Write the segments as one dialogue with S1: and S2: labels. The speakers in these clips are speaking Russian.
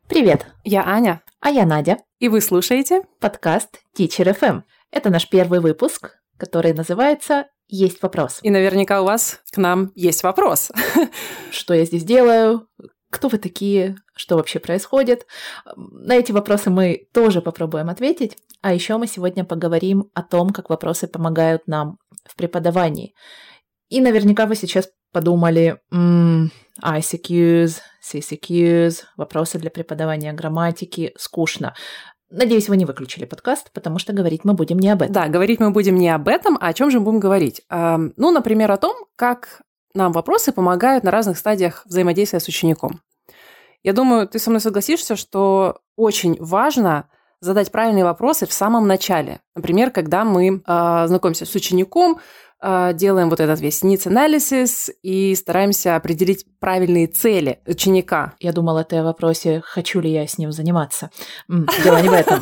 S1: Привет!
S2: Я Аня.
S1: А я Надя.
S2: И вы слушаете
S1: подкаст Teacher FM. Это наш первый выпуск, который называется «Есть вопрос».
S2: И наверняка у вас к нам есть вопрос.
S1: Что я здесь делаю? Кто вы такие? Что вообще происходит? На эти вопросы мы тоже попробуем ответить. А еще мы сегодня поговорим о том, как вопросы помогают нам в преподавании. И наверняка вы сейчас подумали, ICQs, CCQs, вопросы для преподавания грамматики, скучно. Надеюсь, вы не выключили подкаст, потому что говорить мы будем не об этом.
S2: Да, говорить мы будем не об этом, а о чем же мы будем говорить? Например, о том, как нам вопросы помогают на разных стадиях взаимодействия с учеником. Я думаю, ты со мной согласишься, что очень важно задать правильные вопросы в самом начале. Например, когда мы знакомимся с учеником, делаем вот этот весь needs analysis и стараемся определить правильные цели ученика.
S1: Я думала, ты о вопросе, хочу ли я с ним заниматься. Дело не в этом.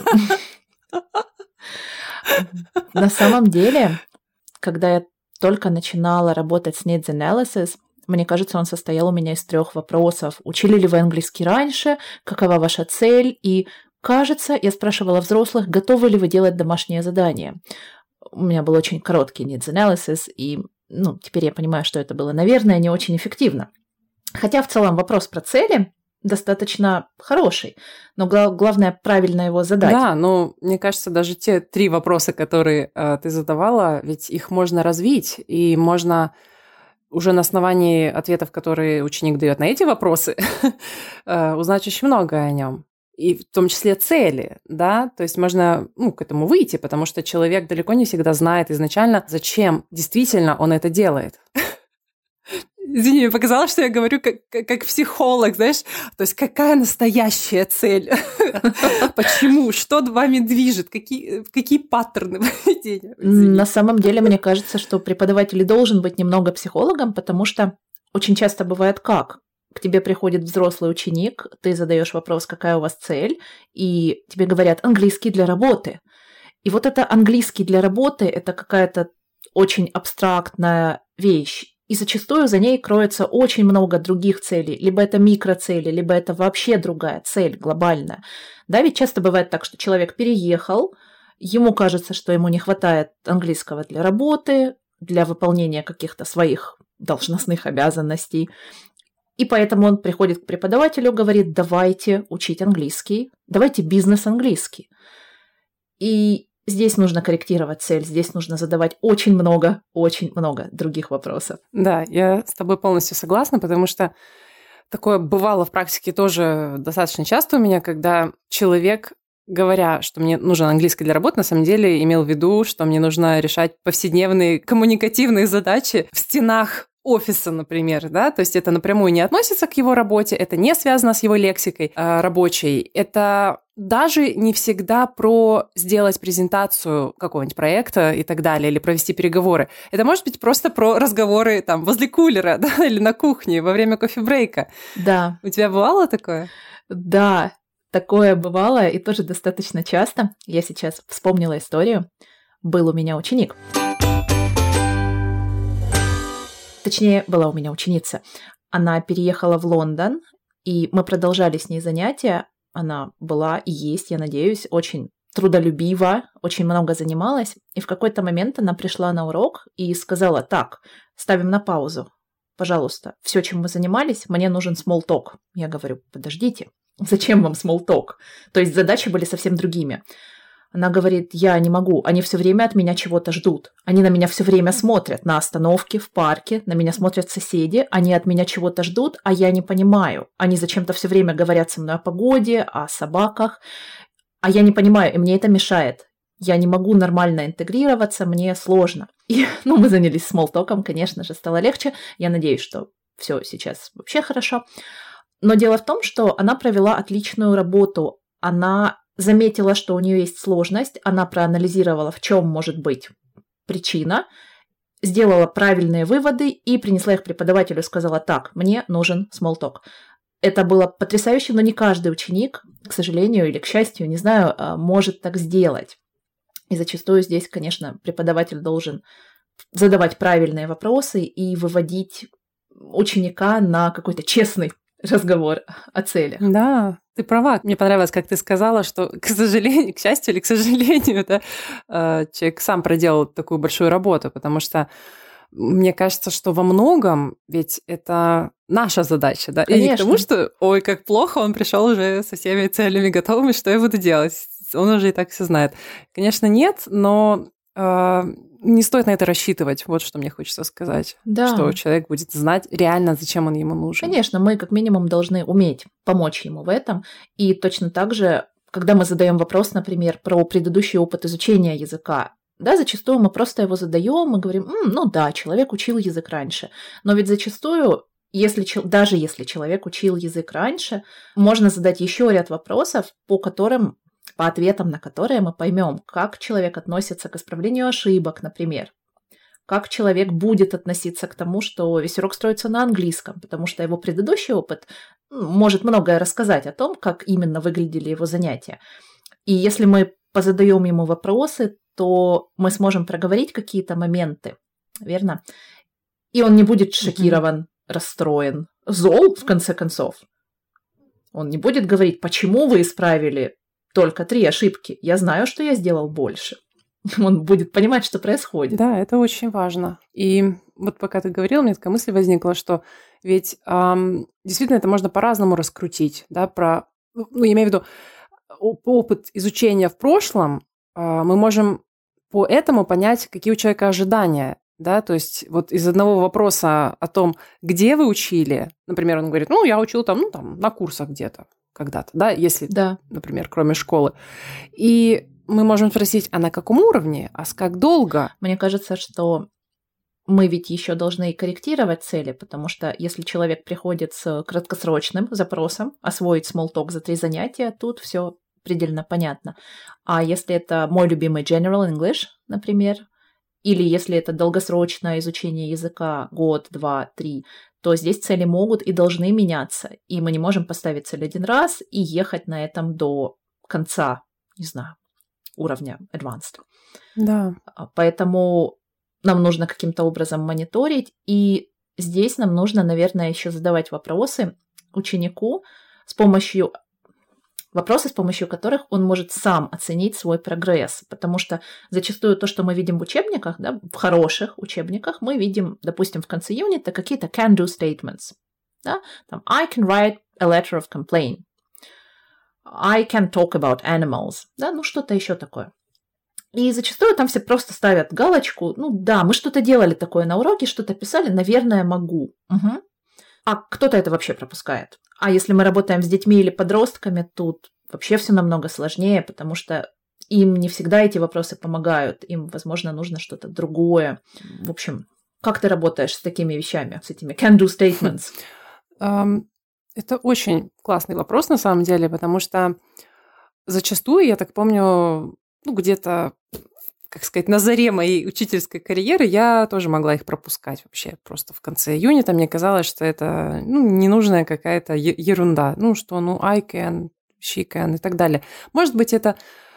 S1: На самом деле, когда я только начинала работать с needs analysis, мне кажется, он состоял у меня из 3 вопросов. Учили ли вы английский раньше? Какова ваша цель? И, кажется, я спрашивала взрослых, готовы ли вы делать домашнее задание. У меня был очень короткий needs analysis, и теперь я понимаю, что это было, наверное, не очень эффективно. Хотя в целом вопрос про цели достаточно хороший, но главное правильно его задать.
S2: Да, но мне кажется, даже те 3 вопроса, которые ты задавала, ведь их можно развить, и можно уже на основании ответов, которые ученик дает на эти вопросы, узнать очень многое о нем. И в том числе цели, да, то есть можно к этому выйти, потому что человек далеко не всегда знает изначально, зачем действительно он это делает. Извини, мне показалось, что я говорю как психолог, знаешь, то есть какая настоящая цель, почему, что вами движет, какие паттерны поведения.
S1: На самом деле, мне кажется, что преподаватель должен быть немного психологом, потому что очень часто бывает как? К тебе приходит взрослый ученик, ты задаешь вопрос, какая у вас цель, и тебе говорят английский для работы. И вот это английский для работы – это какая-то очень абстрактная вещь. И зачастую за ней кроется очень много других целей. Либо это микроцели, либо это вообще другая цель, глобальная. Да, ведь часто бывает так, что человек переехал, ему кажется, что ему не хватает английского для работы, для выполнения каких-то своих должностных обязанностей. И поэтому он приходит к преподавателю, говорит, давайте учить английский, давайте бизнес-английский. И здесь нужно корректировать цель, здесь нужно задавать очень много других вопросов.
S2: Да, я с тобой полностью согласна, потому что такое бывало в практике тоже достаточно часто у меня, когда человек, говоря, что мне нужен английский для работы, на самом деле имел в виду, что мне нужно решать повседневные коммуникативные задачи в стенах офиса, например, да, то есть это напрямую не относится к его работе, это не связано с его лексикой рабочей, это даже не всегда про сделать презентацию какого-нибудь проекта и так далее, или провести переговоры. Это может быть просто про разговоры там возле кулера, да, или на кухне во время кофе-брейка.
S1: Да.
S2: У тебя бывало такое?
S1: Да, такое бывало, и тоже достаточно часто. Я сейчас вспомнила историю. Был у меня ученик. Точнее, была у меня ученица. Она переехала в Лондон, и мы продолжали с ней занятия. Она была и есть, я надеюсь, очень трудолюбива, очень много занималась. И в какой-то момент она пришла на урок и сказала, так, ставим на паузу. Пожалуйста, все, чем мы занимались, мне нужен small talk. Я говорю, подождите, зачем вам small talk? То есть задачи были совсем другими. Она говорит, я не могу, они все время от меня чего-то ждут. Они на меня все время смотрят на остановке, в парке, на меня смотрят соседи, они от меня чего-то ждут, а я не понимаю. Они зачем-то все время говорят со мной о погоде, о собаках, а я не понимаю, и мне это мешает. Я не могу нормально интегрироваться, мне сложно. И, мы занялись смолтоком, конечно же, стало легче. Я надеюсь, что все сейчас вообще хорошо. Но дело в том, что она провела отличную работу. Она заметила, что у нее есть сложность, она проанализировала, в чем может быть причина, сделала правильные выводы и принесла их преподавателю, сказала, так, мне нужен small talk. Это было потрясающе, но не каждый ученик, к сожалению или к счастью, не знаю, может так сделать. И зачастую здесь, конечно, преподаватель должен задавать правильные вопросы и выводить ученика на какой-то честный разговор о целях.
S2: Да, ты права. Мне понравилось, как ты сказала, что, к сожалению, к счастью или к сожалению, человек сам проделал такую большую работу, потому что мне кажется, что во многом ведь это наша задача, да?
S1: Конечно.
S2: И не к тому, что, ой, как плохо, он пришел уже со всеми целями готовыми, что я буду делать? Он уже и так все знает. Конечно, нет, но не стоит на это рассчитывать. Вот что мне хочется сказать.
S1: Да.
S2: Что человек будет знать реально, зачем он ему нужен.
S1: Конечно, мы как минимум должны уметь помочь ему в этом. И точно так же, когда мы задаем вопрос, например, про предыдущий опыт изучения языка, да, зачастую мы просто его задаем и говорим, ну да, человек учил язык раньше. Но ведь зачастую, даже если человек учил язык раньше, можно задать еще ряд вопросов, по ответам на которые мы поймем, как человек относится к исправлению ошибок, например. Как человек будет относиться к тому, что весь урок строится на английском, потому что его предыдущий опыт может многое рассказать о том, как именно выглядели его занятия. И если мы позадаем ему вопросы, то мы сможем проговорить какие-то моменты, верно? И он не будет шокирован, расстроен, зол, в конце концов. Он не будет говорить, почему вы исправили только 3 ошибки. Я знаю, что я сделал больше. Он будет понимать, что происходит.
S2: Да, это очень важно. И вот пока ты говорила, мне такая мысль возникла, что ведь действительно это можно по-разному раскрутить, да, я имею в виду опыт изучения в прошлом, мы можем по этому понять, какие у человека ожидания, да, то есть вот из одного вопроса о том, где вы учили, например, он говорит, я учил там на курсах где-то, когда-то, да, если, например, кроме школы. И мы можем спросить, а на каком уровне, а с как долго?
S1: Мне кажется, что мы ведь еще должны корректировать цели, потому что если человек приходит с краткосрочным запросом освоить small talk за 3 занятия, тут все предельно понятно. А если это мой любимый General English, например, или если это долгосрочное изучение языка, год, 2, 3, то здесь цели могут и должны меняться. И мы не можем поставить цель один раз и ехать на этом до конца, не знаю, уровня advanced.
S2: Да.
S1: Поэтому нам нужно каким-то образом мониторить. И здесь нам нужно, наверное, еще задавать вопросы ученику с помощью которых он может сам оценить свой прогресс. Потому что зачастую то, что мы видим в учебниках, да, в хороших учебниках, мы видим, допустим, в конце юнита какие-то can-do statements. Да? Там, I can write a letter of complaint. I can talk about animals. Да? Что-то еще такое. И зачастую там все просто ставят галочку. Да, мы что-то делали такое на уроке, что-то писали, наверное, могу. Угу. А кто-то это вообще пропускает. А если мы работаем с детьми или подростками, тут вообще все намного сложнее, потому что им не всегда эти вопросы помогают. Им, возможно, нужно что-то другое. В общем, как ты работаешь с такими вещами, с этими can-do statements?
S2: Это очень классный вопрос, на самом деле, потому что зачастую, я так помню, где-то, как сказать, на заре моей учительской карьеры я тоже могла их пропускать вообще. Просто в конце юнита мне казалось, что это ненужная какая-то ерунда. I can, she can и так далее. Может быть, это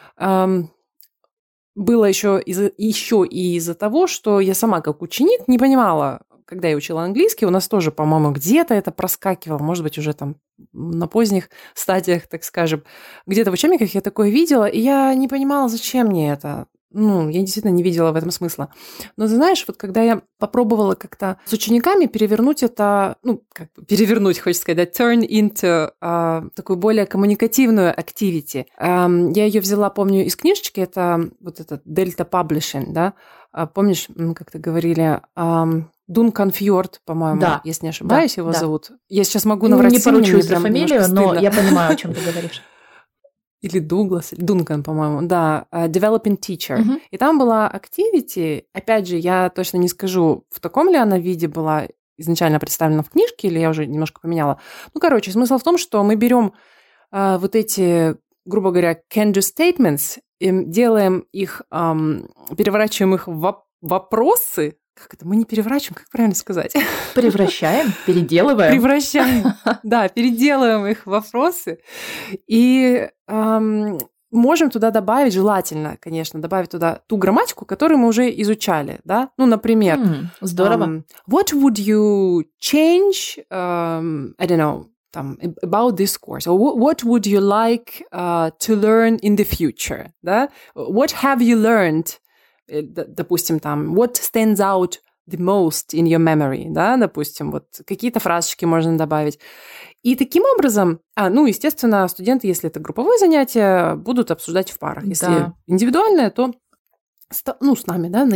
S2: было еще и из-за того, что я сама как ученик не понимала, когда я учила английский, у нас тоже, по-моему, где-то это проскакивало, может быть, уже там на поздних стадиях, так скажем. Где-то в учебниках я такое видела, и я не понимала, зачем мне это. Я действительно не видела в этом смысла. Но ты знаешь, вот когда я попробовала как-то с учениками перевернуть это, хочется сказать, да, turn into такую более коммуникативную activity. Я ее взяла, помню, из книжечки, это вот этот Delta Publishing, да, помнишь, как-то говорили, Дункан Фьорд, по-моему, если не ошибаюсь, его зовут. Я сейчас могу наврать.
S1: Не поручусь за фамилию, но я понимаю, о чем ты говоришь.
S2: Или Дункан, по-моему, да, Developing Teacher. Uh-huh. И там была activity, опять же, я точно не скажу, в таком ли она виде была изначально представлена в книжке, или я уже немножко поменяла. Смысл в том, что мы берем вот эти, грубо говоря, can-do statements, и делаем их, переворачиваем их в вопросы. Как это? Мы не переворачиваем, как правильно сказать?
S1: Превращаем, переделываем.
S2: Переделываем их в вопросы. И можем туда добавить, желательно, конечно, добавить туда ту грамматику, которую мы уже изучали, да? Например,
S1: здорово.
S2: What would you change, I don't know, там, about this course, or what would you like to learn in the future, да? What have you learned, допустим, там, what stands out the most in your memory, да, допустим, вот какие-то фразочки можно добавить. И таким образом, естественно, студенты, если это групповое занятие, будут обсуждать в парах. Если индивидуальное, то с нами, да,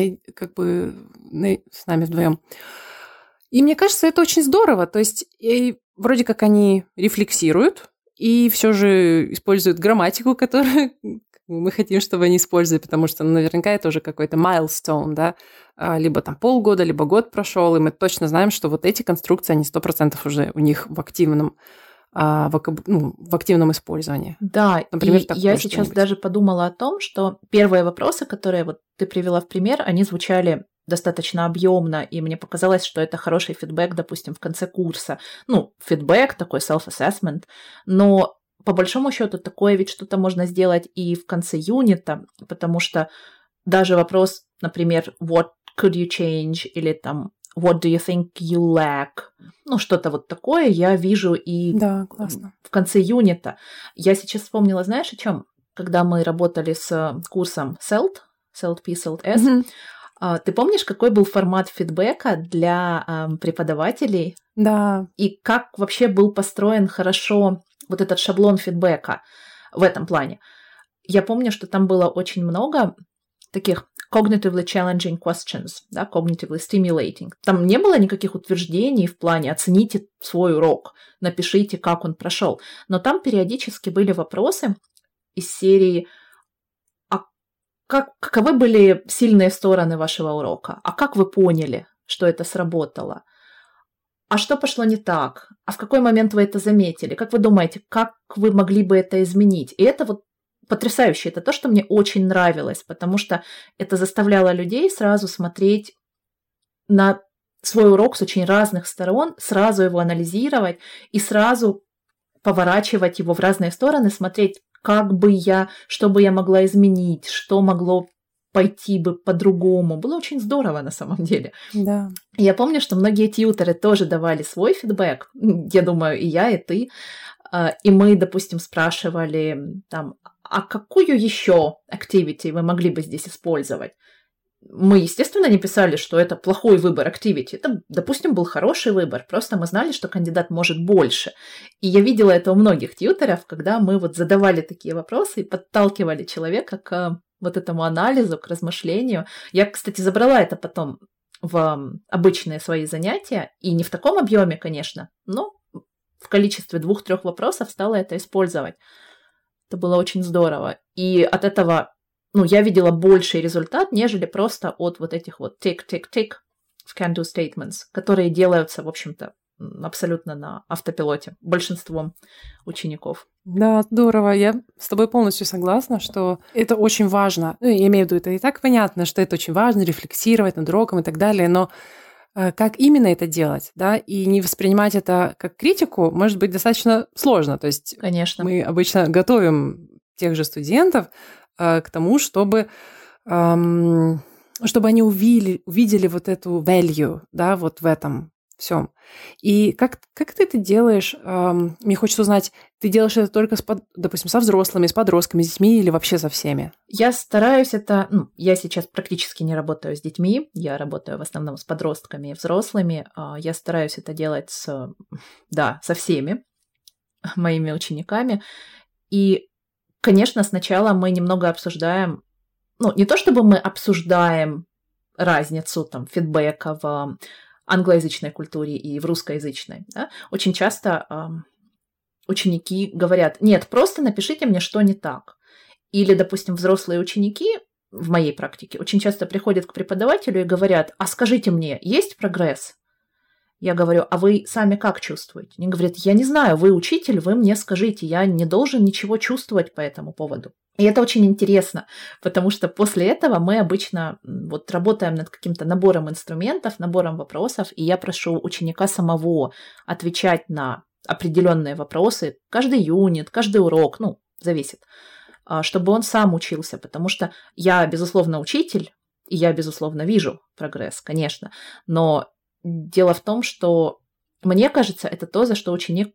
S2: с нами вдвоем. И мне кажется, это очень здорово. То есть вроде как они рефлексируют и все же используют грамматику, которую мы хотим, чтобы они использовали, потому что наверняка это уже какой-то milestone, да, либо там полгода, либо год прошел, и мы точно знаем, что вот эти конструкции, они 100% уже у них в активном использовании.
S1: Да, например, и я сейчас даже подумала о том, что первые вопросы, которые вот ты привела в пример, они звучали достаточно объемно, и мне показалось, что это хороший фидбэк, допустим, в конце курса. Фидбэк, такой self-assessment, но по большому счету такое ведь что-то можно сделать и в конце юнита, потому что даже вопрос, например, what could you change, или там what do you think you lack, что-то вот такое я вижу и в конце юнита. Я сейчас вспомнила, знаешь, о чем? Когда мы работали с курсом CELT P, CELT S, ты помнишь, какой был формат фидбэка для преподавателей?
S2: Да.
S1: И как вообще был построен хорошо вот этот шаблон фидбэка в этом плане? Я помню, что там было очень много таких cognitively challenging questions, да, cognitively stimulating. Там не было никаких утверждений в плане «оцените свой урок», «напишите, как он прошел». Но там периодически были вопросы из серии каковы были сильные стороны вашего урока? А как вы поняли, что это сработало? А что пошло не так? А в какой момент вы это заметили? Как вы думаете, как вы могли бы это изменить? И это вот потрясающе. Это то, что мне очень нравилось, потому что это заставляло людей сразу смотреть на свой урок с очень разных сторон, сразу его анализировать и сразу поворачивать его в разные стороны, смотреть, что бы я могла изменить, что могло пойти бы по-другому. Было очень здорово на самом деле.
S2: Да.
S1: Я помню, что многие тьюторы тоже давали свой фидбэк. Я думаю, и я, и ты. И мы, допустим, спрашивали там, а какую еще activity вы могли бы здесь использовать? Мы, естественно, не писали, что это плохой выбор activity. Это, допустим, был хороший выбор. Просто мы знали, что кандидат может больше. И я видела это у многих тьюторов, когда мы вот задавали такие вопросы и подталкивали человека к вот этому анализу, к размышлению. Я, кстати, забрала это потом в обычные свои занятия. И не в таком объеме, конечно, но в количестве 2-3 вопросов стала это использовать. Это было очень здорово. И от этого я видела больший результат, нежели просто от вот этих вот tick-tick-tick can-do statements, которые делаются, в общем-то, абсолютно на автопилоте большинством учеников.
S2: Да, здорово. Я с тобой полностью согласна, что это очень важно. Я имею в виду, это и так понятно, что это очень важно, рефлексировать над уроком и так далее, но как именно это делать, да, и не воспринимать это как критику, может быть достаточно сложно. То есть
S1: Конечно.
S2: Мы обычно готовим тех же студентов к тому, чтобы они увидели вот эту value, да, вот в этом всем. И как ты это делаешь? Мне хочется узнать, ты делаешь это только, допустим, со взрослыми, с подростками, с детьми или вообще со всеми? Я
S1: стараюсь я сейчас практически не работаю с детьми, я работаю в основном с подростками и взрослыми. Я стараюсь это делать со всеми моими учениками. И, конечно, сначала мы немного обсуждаем, не то чтобы мы обсуждаем разницу там фидбэка в англоязычной культуре и в русскоязычной. Да? Очень часто ученики говорят, нет, просто напишите мне, что не так. Или, допустим, взрослые ученики в моей практике очень часто приходят к преподавателю и говорят, а скажите мне, есть прогресс? Я говорю, а вы сами как чувствуете? Они говорят, я не знаю, вы учитель, вы мне скажите, я не должен ничего чувствовать по этому поводу. И это очень интересно, потому что после этого мы обычно работаем над каким-то набором инструментов, набором вопросов, и я прошу ученика самого отвечать на определенные вопросы каждый юнит, каждый урок, зависит, чтобы он сам учился, потому что я, безусловно, учитель, и я, безусловно, вижу прогресс, конечно, но дело в том, что, мне кажется, это то, за что ученик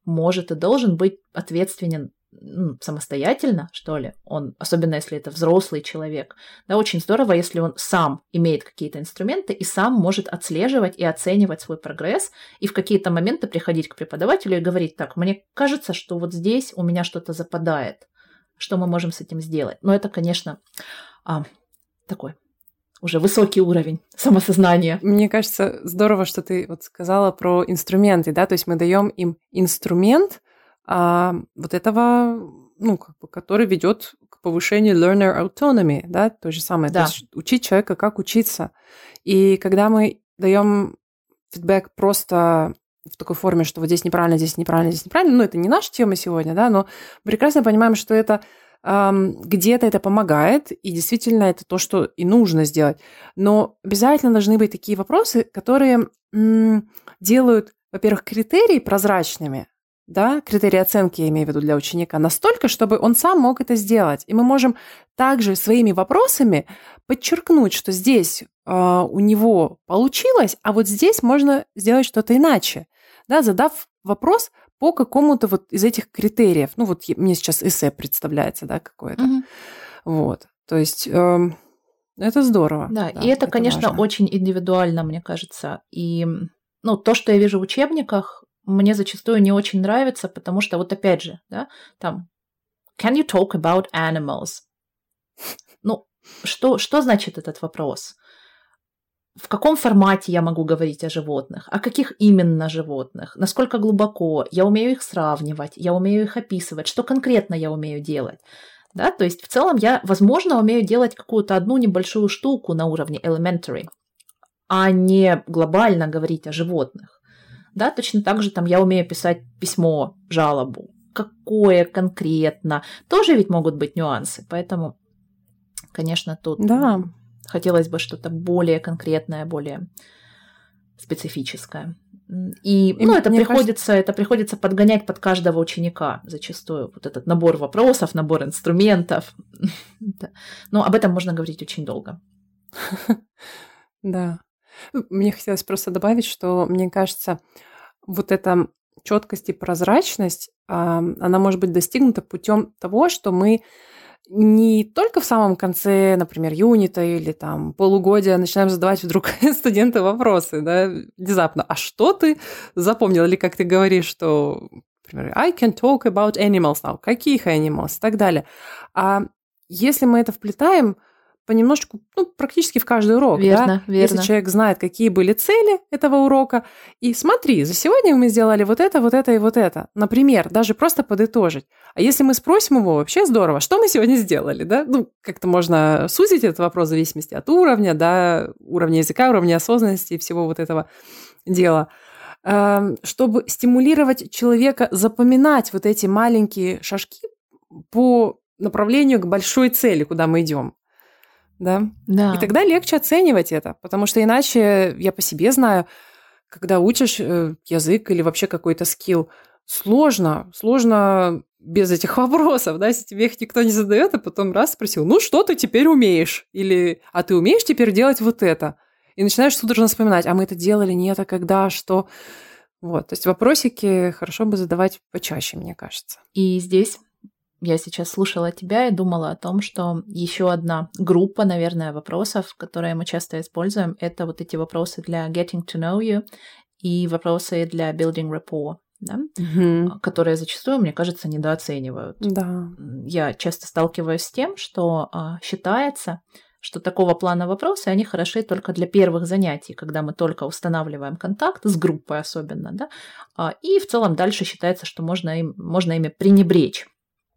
S1: может и должен быть ответственен самостоятельно, что ли, он, особенно если это взрослый человек, да, очень здорово, если он сам имеет какие-то инструменты и сам может отслеживать и оценивать свой прогресс, и в какие-то моменты приходить к преподавателю и говорить: так, мне кажется, что вот здесь у меня что-то западает, что мы можем с этим сделать. Но это, конечно, такой уже высокий уровень самосознания.
S2: Мне кажется, здорово, что ты вот сказала про инструменты, да, то есть мы даем им инструмент, вот этого, который ведет к повышению learner autonomy, да, то же самое,
S1: Да.
S2: то есть учить человека, как учиться. И когда мы даем фидбэк просто в такой форме, что вот здесь неправильно, здесь неправильно, здесь неправильно, это не наша тема сегодня, да, но прекрасно понимаем, что это где-то это помогает, и действительно это то, что и нужно сделать. Но обязательно должны быть такие вопросы, которые делают, во-первых, критерии прозрачными, да, критерии оценки, я имею в виду, для ученика, настолько, чтобы он сам мог это сделать. И мы можем также своими вопросами подчеркнуть, что здесь у него получилось, а вот здесь можно сделать что-то иначе, да, задав вопрос по какому-то вот из этих критериев. Мне сейчас эссе представляется, да, какое-то. Вот, то есть это здорово.
S1: Да, и это, конечно, важно. Очень индивидуально, мне кажется. И то, что я вижу в учебниках, мне зачастую не очень нравится, потому что, вот опять же, да, там can you talk about animals? Что значит этот вопрос? В каком формате я могу говорить о животных? О каких именно животных? Насколько глубоко? Я умею их сравнивать, я умею их описывать. Что конкретно я умею делать? Да, то есть в целом я, возможно, умею делать какую-то одну небольшую штуку на уровне elementary, а не глобально говорить о животных. Да, точно так же я умею писать письмо, жалобу. Какое конкретно? Тоже ведь могут быть нюансы. Поэтому, конечно, тут хотелось бы что-то более конкретное, более специфическое. И это приходится подгонять под каждого ученика зачастую. Вот этот набор вопросов, набор инструментов. Но об этом можно говорить очень долго.
S2: Да. Мне хотелось просто добавить, что, мне кажется, вот эта четкость и прозрачность, она может быть достигнута путем того, что мы не только в самом конце, например, юнита или там полугодия начинаем задавать вдруг студенты вопросы, да, внезапно: а что ты запомнил? Или как ты говоришь, что, например, I can talk about animals now, каких animals и так далее. А если мы это вплетаем понемножечку, практически в каждый урок,
S1: верно.
S2: Если человек знает, какие были цели этого урока, и смотри, за сегодня мы сделали вот это и вот это. Например, даже просто подытожить. А если мы спросим его, вообще здорово, что мы сегодня сделали, да? Как-то можно сузить этот вопрос в зависимости от уровня, да, уровня языка, уровня осознанности и всего вот этого дела. Чтобы стимулировать человека запоминать вот эти маленькие шажки по направлению к большой цели, куда мы идем. Да? И тогда легче оценивать это, потому что иначе, я по себе знаю, когда учишь язык или вообще какой-то скилл, сложно без этих вопросов, да, если тебе их никто не задает, а потом раз спросил: что ты теперь умеешь? Или: а ты умеешь теперь делать вот это? И начинаешь судорожно вспоминать: а мы это делали, нет, а когда, что? Вот, то есть вопросики хорошо бы задавать почаще, мне кажется.
S1: И здесь я сейчас слушала тебя и думала о том, что еще одна группа, наверное, вопросов, которые мы часто используем, это вот эти вопросы для getting to know you и вопросы для building rapport, да? Которые зачастую, мне кажется, недооценивают.
S2: Да.
S1: Я часто сталкиваюсь с тем, что считается, что такого плана вопросы, они хороши только для первых занятий, когда мы только устанавливаем контакт, с группой особенно, да? И в целом дальше считается, что можно ими пренебречь.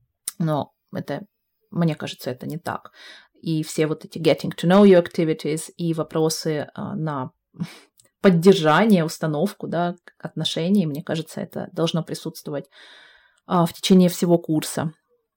S1: Но это, мне кажется, это не так. И все вот эти getting to know you activities и вопросы на поддержание, установку, да, отношений, мне кажется, это должно присутствовать в течение всего курса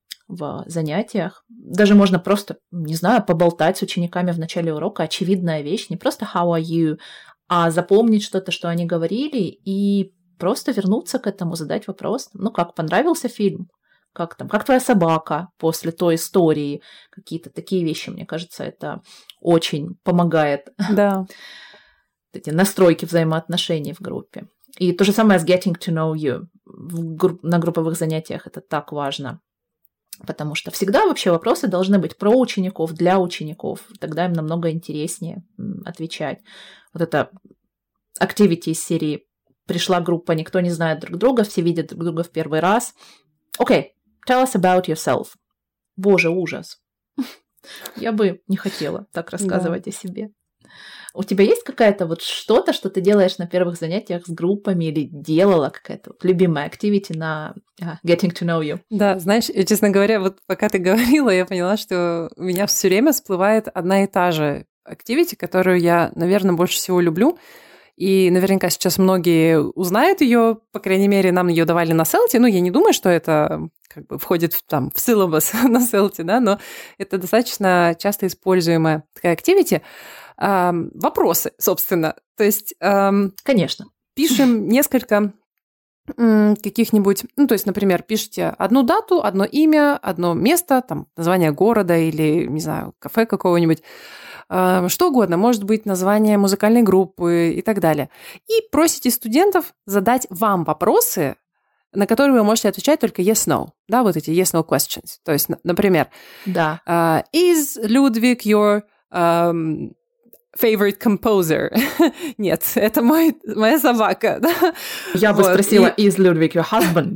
S1: в занятиях. Даже можно просто, не знаю, поболтать с учениками в начале урока. Очевидная вещь, не просто how are you, а запомнить что-то, что они говорили, и просто вернуться к этому, задать вопрос. Как понравился фильм? Как твоя собака после той истории? Какие-то такие вещи, мне кажется, это очень помогает.
S2: Да.
S1: Эти настройки взаимоотношений в группе. И то же самое с getting to know you на групповых занятиях. Это так важно. Потому что всегда вообще вопросы должны быть про учеников, для учеников. Тогда им намного интереснее отвечать. Вот это activity из серии «Пришла группа, никто не знает друг друга, все видят друг друга в первый раз». Окей, tell us about yourself. Боже, ужас. Я бы не хотела так рассказывать о себе. У тебя есть какая-то вот что-то, что ты делаешь на первых занятиях с группами или делала какая-то вот любимая activity на getting to know you?
S2: Да, знаешь, честно говоря, вот пока ты говорила, я поняла, что у меня все время всплывает одна и та же activity, которую я, наверное, больше всего люблю. И наверняка сейчас многие узнают ее, по крайней мере, нам ее давали на селте. Ну, я не думаю, что это как бы входит в syllabus на селте, да, но это достаточно часто используемая такая activity. Вопросы, собственно. То есть,
S1: конечно,
S2: пишем несколько каких-нибудь, ну, то есть, например, пишите одну дату, одно имя, одно место, там, название города или, не знаю, кафе какого-нибудь, что угодно, может быть, название музыкальной группы и так далее. И просите студентов задать вам вопросы, на которые вы можете отвечать только yes-no, да, вот эти yes-no questions. То есть, например,
S1: да.
S2: Is Ludwig your favorite composer? Нет, это моя собака. Да?
S1: Я бы спросила, is Ludwig your husband?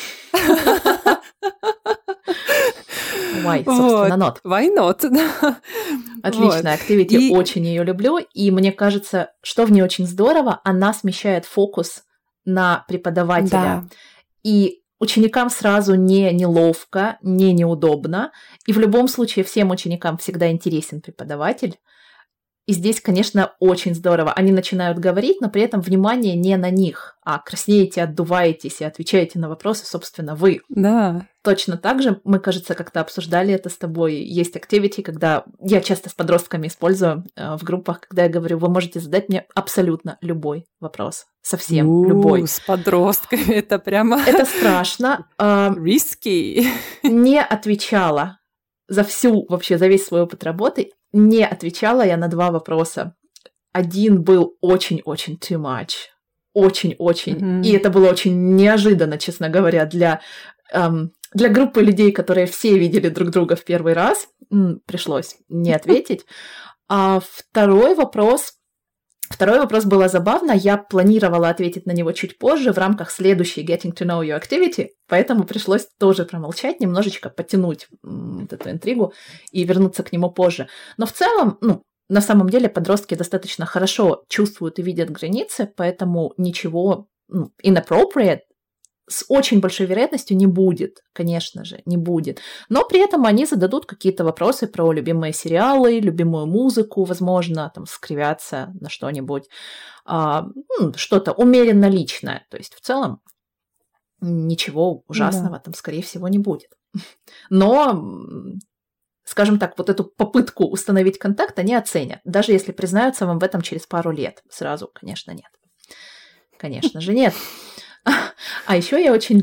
S1: Why, собственно, not.
S2: Why not?
S1: Отличная activity, очень ее люблю. И мне кажется, что в ней очень здорово, она смещает фокус на преподавателя.
S2: Да.
S1: И ученикам сразу не неловко, не неудобно. И в любом случае всем ученикам всегда интересен преподаватель. И здесь, конечно, очень здорово. Они начинают говорить, но при этом внимание не на них, а краснеете, отдуваетесь и отвечаете на вопросы, собственно, вы.
S2: Да.
S1: Точно так же, мы, кажется, как-то обсуждали это с тобой. Есть activity, когда я часто с подростками использую в группах, когда я говорю, вы можете задать мне абсолютно любой вопрос. Совсем любой.
S2: С подростками это прямо...
S1: Это страшно.
S2: Risky.
S1: Не отвечала за весь свой опыт работы, не отвечала я на 2 вопроса. Один был очень-очень too much. Очень-очень. И это было очень неожиданно, честно говоря, для группы людей, которые все видели друг друга в первый раз. Пришлось не ответить. А второй вопрос было забавно. Я планировала ответить на него чуть позже в рамках следующей Getting to Know You Activity, поэтому пришлось тоже промолчать, немножечко потянуть вот эту интригу и вернуться к нему позже. Но в целом, на самом деле подростки достаточно хорошо чувствуют и видят границы, поэтому ничего inappropriate с очень большой вероятностью не будет, конечно же, не будет. Но при этом они зададут какие-то вопросы про любимые сериалы, любимую музыку, возможно, там скривятся на что-нибудь, что-то умеренно личное. То есть в целом ничего ужасного там, скорее всего, не будет. Но, скажем так, вот эту попытку установить контакт они оценят, даже если признаются вам в этом через пару лет. Сразу, конечно, нет. Конечно же, нет. А еще я очень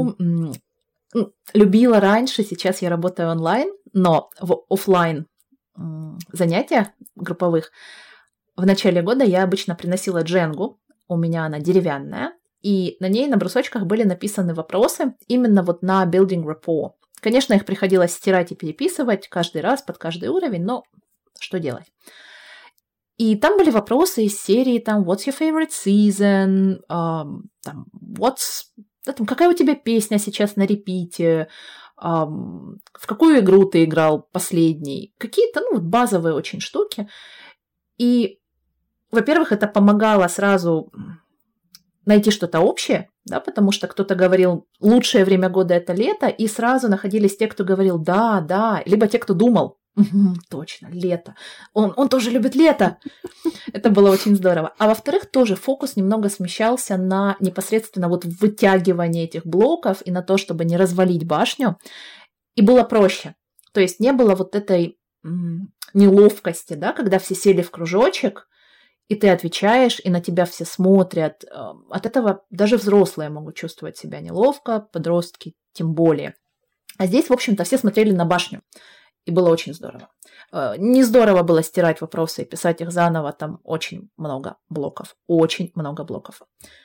S1: любила раньше, сейчас я работаю онлайн, но в офлайн занятиях групповых в начале года я обычно приносила дженгу, у меня она деревянная, и на ней на брусочках были написаны вопросы именно вот на building rapport. Конечно, их приходилось стирать и переписывать каждый раз под каждый уровень, но что делать? И там были вопросы из серии, там, what's your favorite season, там, какая у тебя песня сейчас на репите, в какую игру ты играл последний, какие-то, базовые очень штуки. И, во-первых, это помогало сразу найти что-то общее, да, потому что кто-то говорил, лучшее время года – это лето, и сразу находились те, кто говорил да, либо те, кто думал, точно, лето. Он тоже любит лето. Это было очень здорово. А во-вторых, тоже фокус немного смещался на непосредственно вот вытягивание этих блоков и на то, чтобы не развалить башню. И было проще. То есть не было вот этой неловкости, да, когда все сели в кружочек, и ты отвечаешь, и на тебя все смотрят. От этого даже взрослые могут чувствовать себя неловко, подростки тем более. А здесь, в общем-то, все смотрели на башню. И было очень здорово. Не здорово было стирать вопросы и писать их заново. Там очень много блоков. Очень много блоков.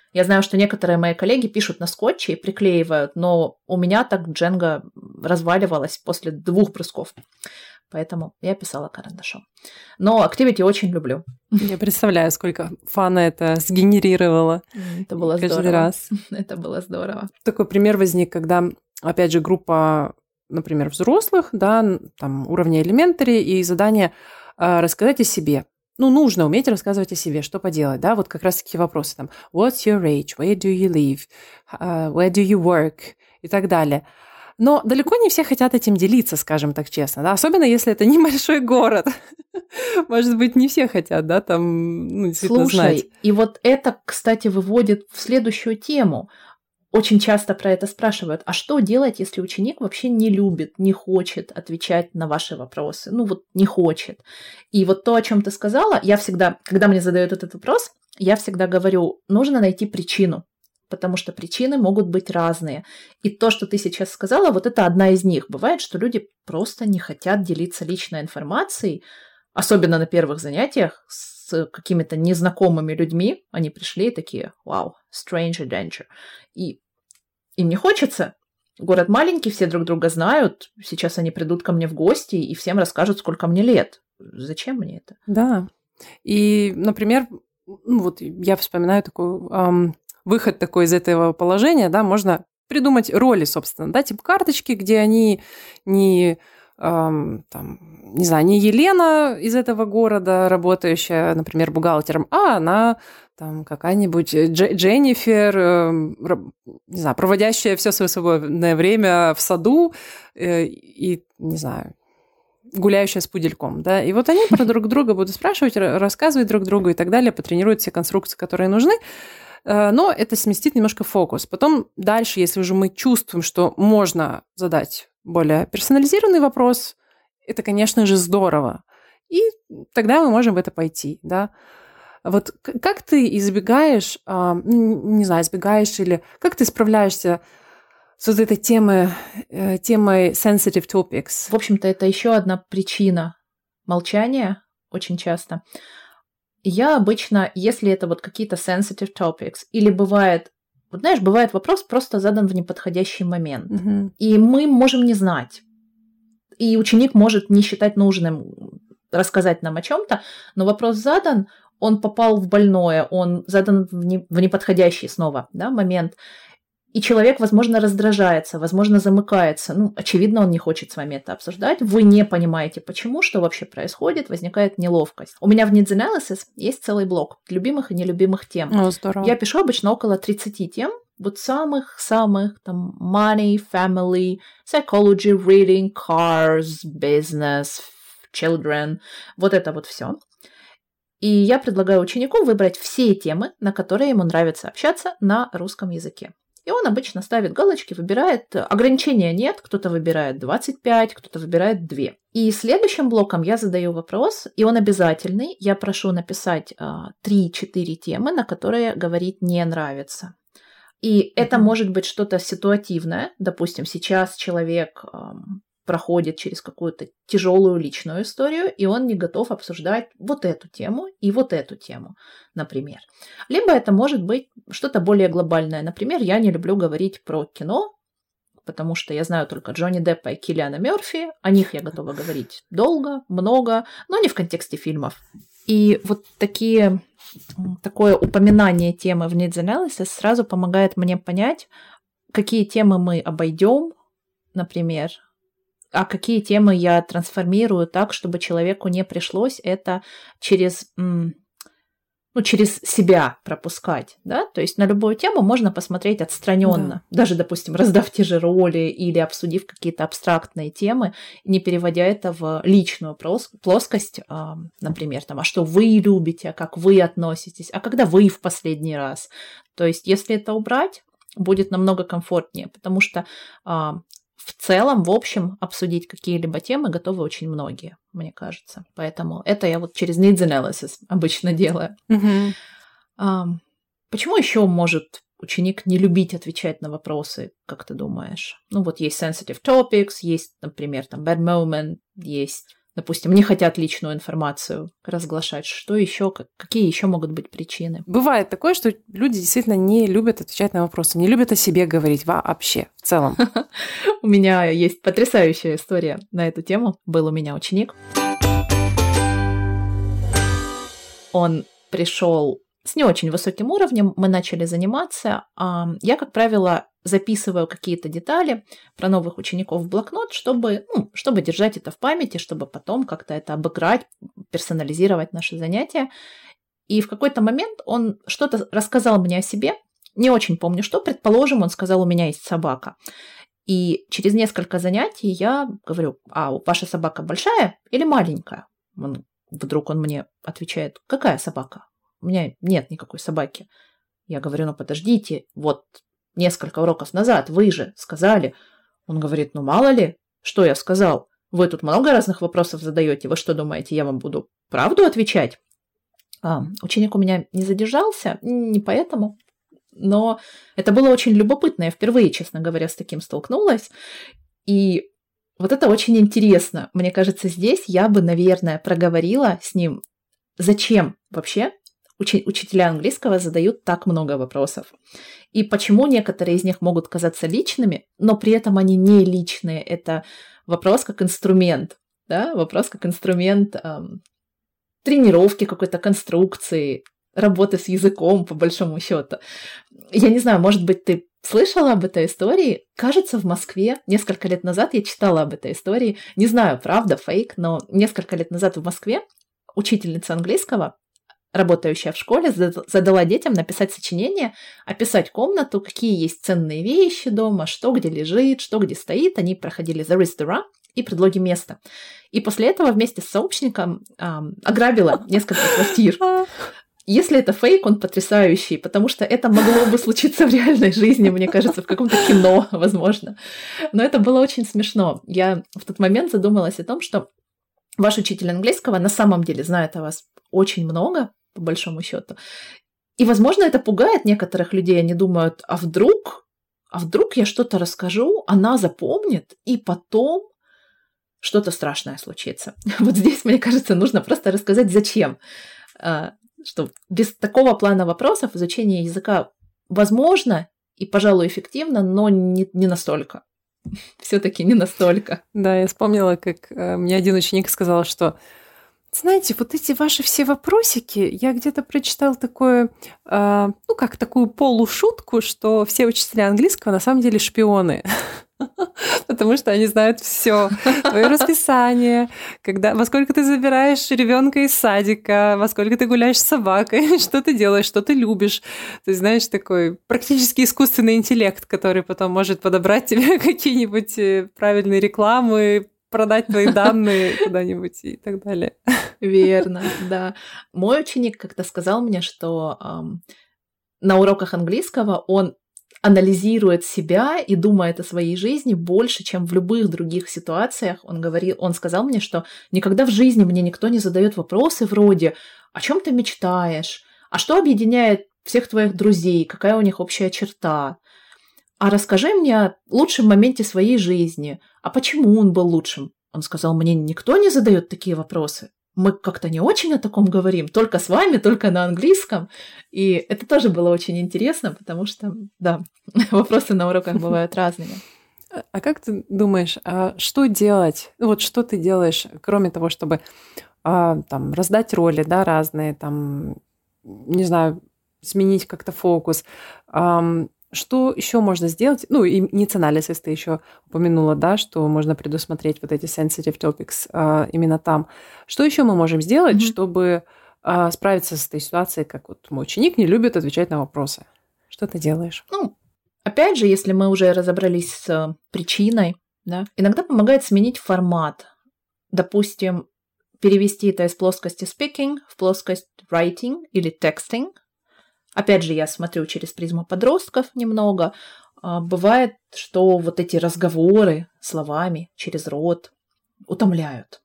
S1: Я знаю, что некоторые мои коллеги пишут на скотче и приклеивают, но у меня так Django разваливалась после 2 брусков. Поэтому я писала карандашом. Но Activity очень люблю.
S2: Я представляю, сколько фана это сгенерировало.
S1: Это было
S2: каждый
S1: здорово.
S2: раз.
S1: Это было здорово.
S2: Такой пример возник, когда, опять же, группа, например, взрослых, да, там уровня elementary, и задание рассказать о себе. Ну, нужно уметь рассказывать о себе, что поделать, да, вот как раз такие вопросы, там, what's your age, where do you live, where do you work и так далее. Но далеко не все хотят этим делиться, скажем так честно, да, особенно если это небольшой город. Может быть, не все хотят, да, там, действительно знать.
S1: Слушай, и вот это, кстати, выводит в следующую тему. Очень часто про это спрашивают, а что делать, если ученик вообще не любит, не хочет отвечать на ваши вопросы? Ну вот не хочет. И вот то, о чем ты сказала, я всегда, когда мне задают этот вопрос, я всегда говорю, нужно найти причину, потому что причины могут быть разные. И то, что ты сейчас сказала, вот это одна из них. Бывает, что люди просто не хотят делиться личной информацией, особенно на первых занятиях с какими-то незнакомыми людьми. Они пришли и такие, вау, stranger danger. И им не хочется. Город маленький, все друг друга знают. Сейчас они придут ко мне в гости и всем расскажут, сколько мне лет. Зачем мне это?
S2: Да. И, например, вот я вспоминаю такой выход такой из этого положения, да, можно придумать роли, собственно, да, типа карточки, где они не не знаю, не Елена из этого города, работающая, например, бухгалтером, а она там какая-нибудь Дженнифер, не знаю, проводящая все свое свободное время в саду и, не знаю, гуляющая с пудельком, да, и вот они про друг друга будут спрашивать, рассказывать друг другу и так далее, потренируют все конструкции, которые нужны, но это сместит немножко фокус. Потом дальше, если уже мы чувствуем, что можно задать более персонализированный вопрос, это, конечно же, здорово. И тогда мы можем в это пойти, да. Вот как ты избегаешь, не знаю, избегаешь или как ты справляешься с вот этой темой sensitive topics?
S1: В общем-то, это еще одна причина молчания очень часто. Я обычно, если это вот какие-то sensitive topics, или бывает, вот знаешь, бывает вопрос просто задан в неподходящий момент, и мы можем не знать, и ученик может не считать нужным рассказать нам о чем-то, но вопрос задан, он попал в больное, он задан в неподходящий снова, да, момент, и человек, возможно, раздражается, возможно, замыкается. Ну, очевидно, он не хочет с вами это обсуждать. Вы не понимаете, почему, что вообще происходит, возникает неловкость. У меня в Needs Analysis есть целый блок любимых и нелюбимых тем.
S2: О, здорово.
S1: Я пишу обычно около 30 тем, вот самых-самых, там, money, family, psychology, reading, cars, business, children, вот это вот все. И я предлагаю ученику выбрать все темы, на которые ему нравится общаться на русском языке. И он обычно ставит галочки, выбирает, ограничения нет, кто-то выбирает 25, кто-то выбирает 2. И следующим блоком я задаю вопрос, и он обязательный. Я прошу написать 3-4 темы, на которые говорить не нравится. И это может быть что-то ситуативное. Допустим, сейчас человек проходит через какую-то тяжелую личную историю, и он не готов обсуждать вот эту тему и вот эту тему, например. Либо это может быть что-то более глобальное. Например, я не люблю говорить про кино, потому что я знаю только Джонни Деппа и Киллиана Мёрфи. О них я готова говорить долго, много, но не в контексте фильмов. И вот такое упоминание темы в Needs Analysis сразу помогает мне понять, какие темы мы обойдем, например, а какие темы я трансформирую так, чтобы человеку не пришлось это через себя пропускать, да, то есть на любую тему можно посмотреть отстраненно, даже, допустим, раздав те же роли или обсудив какие-то абстрактные темы, не переводя это в личную плоскость, например, там, а что вы любите, а как вы относитесь, а когда вы в последний раз, то есть если это убрать, будет намного комфортнее, потому что в целом, в общем, обсудить какие-либо темы готовы очень многие, мне кажется. Поэтому это я вот через Needs Analysis обычно делаю. Почему еще может ученик не любить отвечать на вопросы, как ты думаешь? Ну вот есть sensitive topics, есть, например, там bad moment, есть, допустим, не хотят личную информацию разглашать. Что еще, какие еще могут быть причины?
S2: Бывает такое, что люди действительно не любят отвечать на вопросы, не любят о себе говорить вообще, в целом.
S1: У меня есть потрясающая история на эту тему. Был у меня ученик. Он пришел с не очень высоким уровнем, мы начали заниматься. Я, как правило, записываю какие-то детали про новых учеников в блокнот, чтобы держать это в памяти, чтобы потом как-то это обыграть, персонализировать наши занятия. И в какой-то момент он что-то рассказал мне о себе, не очень помню что, предположим, он сказал, у меня есть собака. И через несколько занятий я говорю, а ваша собака большая или маленькая? Вдруг он мне отвечает, какая собака? У меня нет никакой собаки. Я говорю, ну подождите, вот несколько уроков назад вы же сказали. Он говорит, ну мало ли, что я сказал. Вы тут много разных вопросов задаете. Вы что думаете, я вам буду правду отвечать? Ученик у меня не задержался, не поэтому. Но это было очень любопытно. Я впервые, честно говоря, с таким столкнулась. И вот это очень интересно. Мне кажется, здесь я бы, наверное, проговорила с ним, зачем вообще учителя английского задают так много вопросов. И почему некоторые из них могут казаться личными, но при этом они не личные. Это вопрос как инструмент. Да? Вопрос как инструмент тренировки какой-то конструкции, работы с языком, по большому счету. Я не знаю, может быть, ты слышала об этой истории? Кажется, в Москве несколько лет назад я читала об этой истории. Не знаю, правда, фейк, но несколько лет назад в Москве учительница английского, работающая в школе, задала детям написать сочинение, описать комнату, какие есть ценные вещи дома, что где лежит, что где стоит. Они проходили the restaurant и предлоги места. И после этого вместе с сообщником ограбила несколько квартир. Если это фейк, он потрясающий, потому что это могло бы случиться в реальной жизни, мне кажется, в каком-то кино, возможно. Но это было очень смешно. Я в тот момент задумалась о том, что ваш учитель английского на самом деле знает о вас очень много, по большому счету. И, возможно, это пугает некоторых людей. Они думают, а вдруг я что-то расскажу, она запомнит, и потом что-то страшное случится. Вот здесь, мне кажется, нужно просто рассказать, зачем. Что без такого плана вопросов изучение языка возможно и, пожалуй, эффективно, но не настолько. Все-таки не настолько.
S2: Да, я вспомнила, как мне один ученик сказал, что знаете, вот эти ваши все вопросики, я где-то прочитал такое, такую полушутку, что все учителя английского на самом деле шпионы. Потому что они знают все, твое расписание, во сколько ты забираешь ребенка из садика, во сколько ты гуляешь с собакой, что ты делаешь, что ты любишь. То есть, знаешь, такой практически искусственный интеллект, который потом может подобрать тебе какие-нибудь правильные рекламы, продать твои данные куда-нибудь и так далее.
S1: Верно, да. Мой ученик как-то сказал мне, что на уроках английского он анализирует себя и думает о своей жизни больше, чем в любых других ситуациях. Он сказал мне, что никогда в жизни мне никто не задает вопросы вроде «О чем ты мечтаешь?», «А что объединяет всех твоих друзей?», «Какая у них общая черта?», «А расскажи мне о лучшем моменте своей жизни», «А почему он был лучшим?». Он сказал, мне никто не задает такие вопросы. Мы как-то не очень о таком говорим, только с вами, только на английском. И это тоже было очень интересно, потому что, да, вопросы на уроках бывают разными.
S2: А как ты думаешь, что делать? Вот что ты делаешь, кроме того, чтобы там раздать роли, да, разные, там, не знаю, сменить как-то фокус? Что еще можно сделать? Ну, и needs analysis ты еще упомянула, да, что можно предусмотреть вот эти sensitive topics именно там. Что еще мы можем сделать, чтобы справиться с этой ситуацией, как вот мой ученик не любит отвечать на вопросы? Что ты делаешь?
S1: Ну, опять же, если мы уже разобрались с причиной, да, иногда помогает сменить формат. Допустим, перевести это из плоскости speaking в плоскость writing или texting. Опять же, я смотрю через призму подростков немного. Бывает, что вот эти разговоры словами через рот утомляют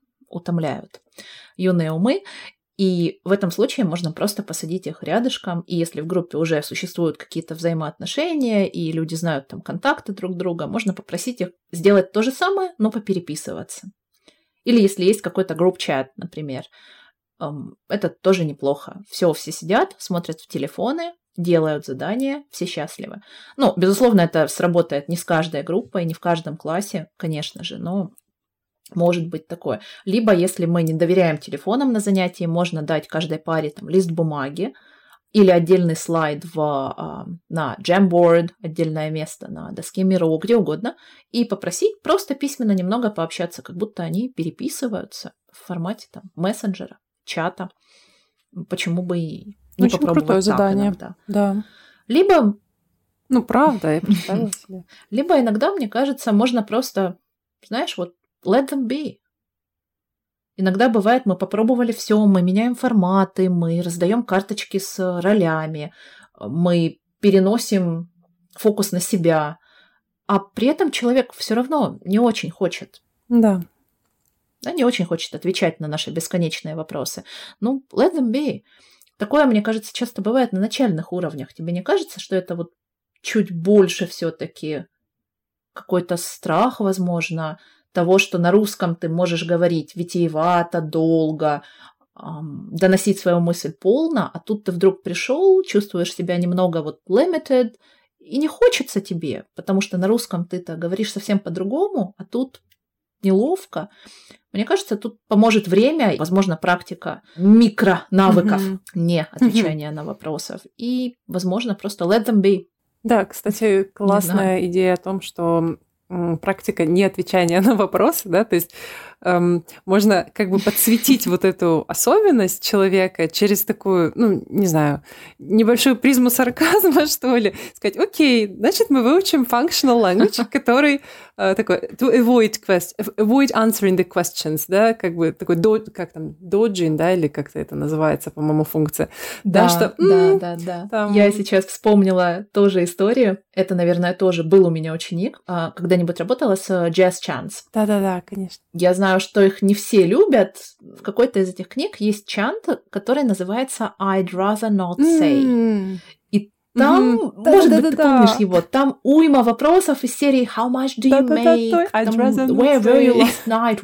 S1: юные умы. И в этом случае можно просто посадить их рядышком. И если в группе уже существуют какие-то взаимоотношения, и люди знают там контакты друг друга, можно попросить их сделать то же самое, но попереписываться. Или если есть какой-то групп-чат, например. Это тоже неплохо. Все сидят, смотрят в телефоны, делают задания, все счастливы. Ну, безусловно, это сработает не с каждой группой, не в каждом классе, конечно же, но может быть такое. Либо, если мы не доверяем телефонам на занятии, можно дать каждой паре там, лист бумаги или отдельный слайд на Jamboard, отдельное место на доске Miro, где угодно, и попросить просто письменно немного пообщаться, как будто они переписываются в формате там, мессенджера, чата. Почему бы и не
S2: очень
S1: попробовать
S2: крутое
S1: так
S2: задание.
S1: иногда.
S2: Да.
S1: Либо...
S2: Ну, правда, я представила себе.
S1: Либо иногда, мне кажется, можно просто, знаешь, вот let them be. Иногда бывает, мы попробовали все, мы меняем форматы, мы раздаем карточки с ролями, мы переносим фокус на себя, а при этом человек все равно не очень хочет.
S2: Да.
S1: Не очень хочет отвечать на наши бесконечные вопросы. Ну, let them be. Такое, мне кажется, часто бывает на начальных уровнях. Тебе не кажется, что это вот чуть больше все-таки какой-то страх, возможно, того, что на русском ты можешь говорить витиевато, долго, доносить свою мысль полно, а тут ты вдруг пришел, чувствуешь себя немного вот limited, и не хочется тебе, потому что на русском ты-то говоришь совсем по-другому, а тут неловко. Мне кажется, тут поможет время, возможно, практика микронавыков, не отвечания на вопросы, и, возможно, просто let them be.
S2: Да, кстати, классная идея о том, что практика не отвечания на вопросы, да, то есть можно как бы подсветить вот эту особенность человека через такую, ну, не знаю, небольшую призму сарказма, что ли, сказать, окей, значит, мы выучим functional language, который такой to avoid answering the questions, да, как бы такой, как там, dodging, да, или как-то это называется, по-моему, функция.
S1: Да, что, да. Там... Я сейчас вспомнила тоже историю, это, наверное, тоже был у меня ученик, когда-нибудь работала с Jazz Chance.
S2: Да, конечно.
S1: Я знаю, что их не все любят. В какой-то из этих книг есть чант, который называется I'd rather not say. И там, может быть, ты помнишь его, там уйма вопросов из серии How much do you make? Where were you last night?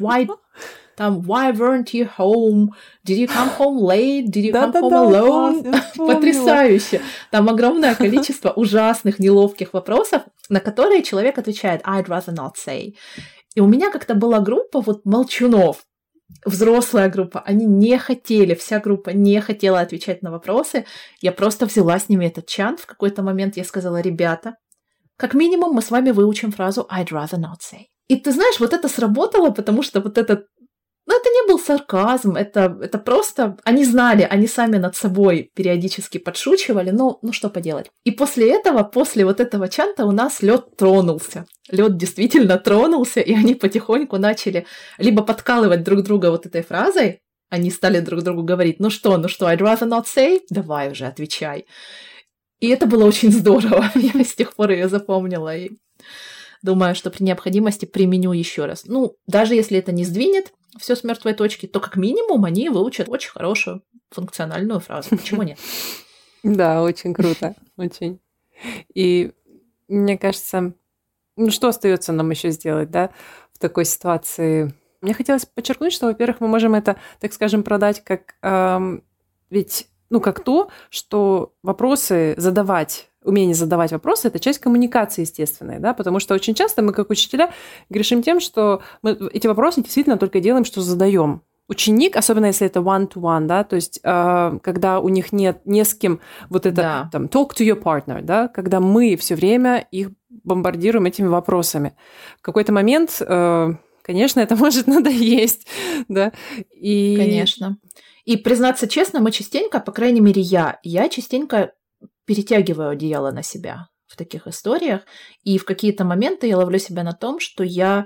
S1: Why weren't you home? Did you come home late? Did you come home alone? Потрясающе! Там огромное количество ужасных, неловких вопросов, на которые человек отвечает I'd rather not say. И у меня как-то была группа вот молчунов, взрослая группа, они не хотели, вся группа не хотела отвечать на вопросы. Я просто взяла с ними этот чант. В какой-то момент я сказала, ребята, как минимум мы с вами выучим фразу I'd rather not say. И ты знаешь, вот это сработало, потому что вот этот это не был сарказм, это просто... Они знали, они сами над собой периодически подшучивали, ну что поделать. И после вот этого чанта у нас лед тронулся. Лед действительно тронулся, и они потихоньку начали либо подкалывать друг друга вот этой фразой, они стали друг другу говорить, ну что, I'd rather not say? Давай уже, отвечай. И это было очень здорово. Я с тех пор ее запомнила, и думаю, что при необходимости применю еще раз. Ну, даже если это не сдвинет все с мертвой точки, то как минимум они выучат очень хорошую функциональную фразу. Почему нет?
S2: Да, очень круто, очень. И мне кажется, что остается нам еще сделать, да, в такой ситуации? Мне хотелось подчеркнуть, что, во-первых, мы можем это, так скажем, продать как как то, что вопросы задавать, умение задавать вопросы – это часть коммуникации естественной, да, потому что очень часто мы, как учителя, грешим тем, что мы эти вопросы действительно только делаем, что задаем. Ученик, особенно если это one-to-one, да, то есть когда у них нет не с кем вот это, там, talk to your partner, да, когда мы все время их бомбардируем этими вопросами. В какой-то момент, конечно, это может надоесть, да. И...
S1: Конечно. И, признаться честно, мы частенько, по крайней мере, я частенько перетягиваю одеяло на себя в таких историях, и в какие-то моменты я ловлю себя на том, что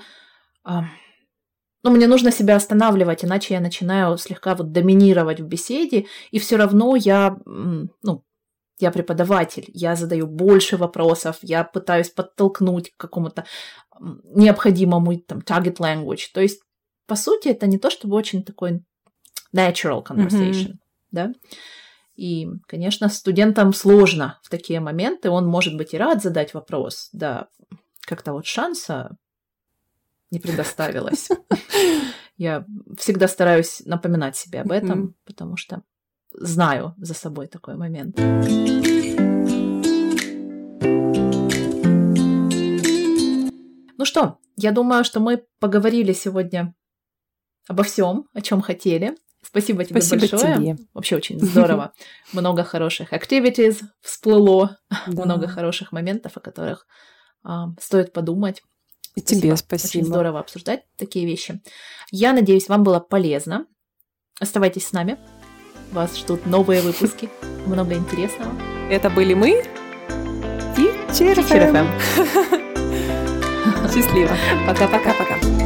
S1: мне нужно себя останавливать, иначе я начинаю слегка вот доминировать в беседе, и все равно я преподаватель, я задаю больше вопросов, я пытаюсь подтолкнуть к какому-то необходимому там target language. То есть, по сути, это не то чтобы очень такой natural conversation, да? И, конечно, студентам сложно в такие моменты, он может быть и рад задать вопрос, да, как-то вот шанса не предоставилось. Я всегда стараюсь напоминать себе об этом, потому что знаю за собой такой момент. Ну что, я думаю, что мы поговорили сегодня обо всем, о чем хотели. Спасибо тебе большое.
S2: Тебе.
S1: Вообще очень здорово. Много хороших activities всплыло, много хороших моментов, о которых стоит подумать.
S2: И тебе спасибо.
S1: Очень здорово обсуждать такие вещи. Я надеюсь, вам было полезно. Оставайтесь с нами. Вас ждут новые выпуски. Много интересного.
S2: Это были мы. Teacher FM. Счастливо.
S1: Пока-пока.
S2: Пока.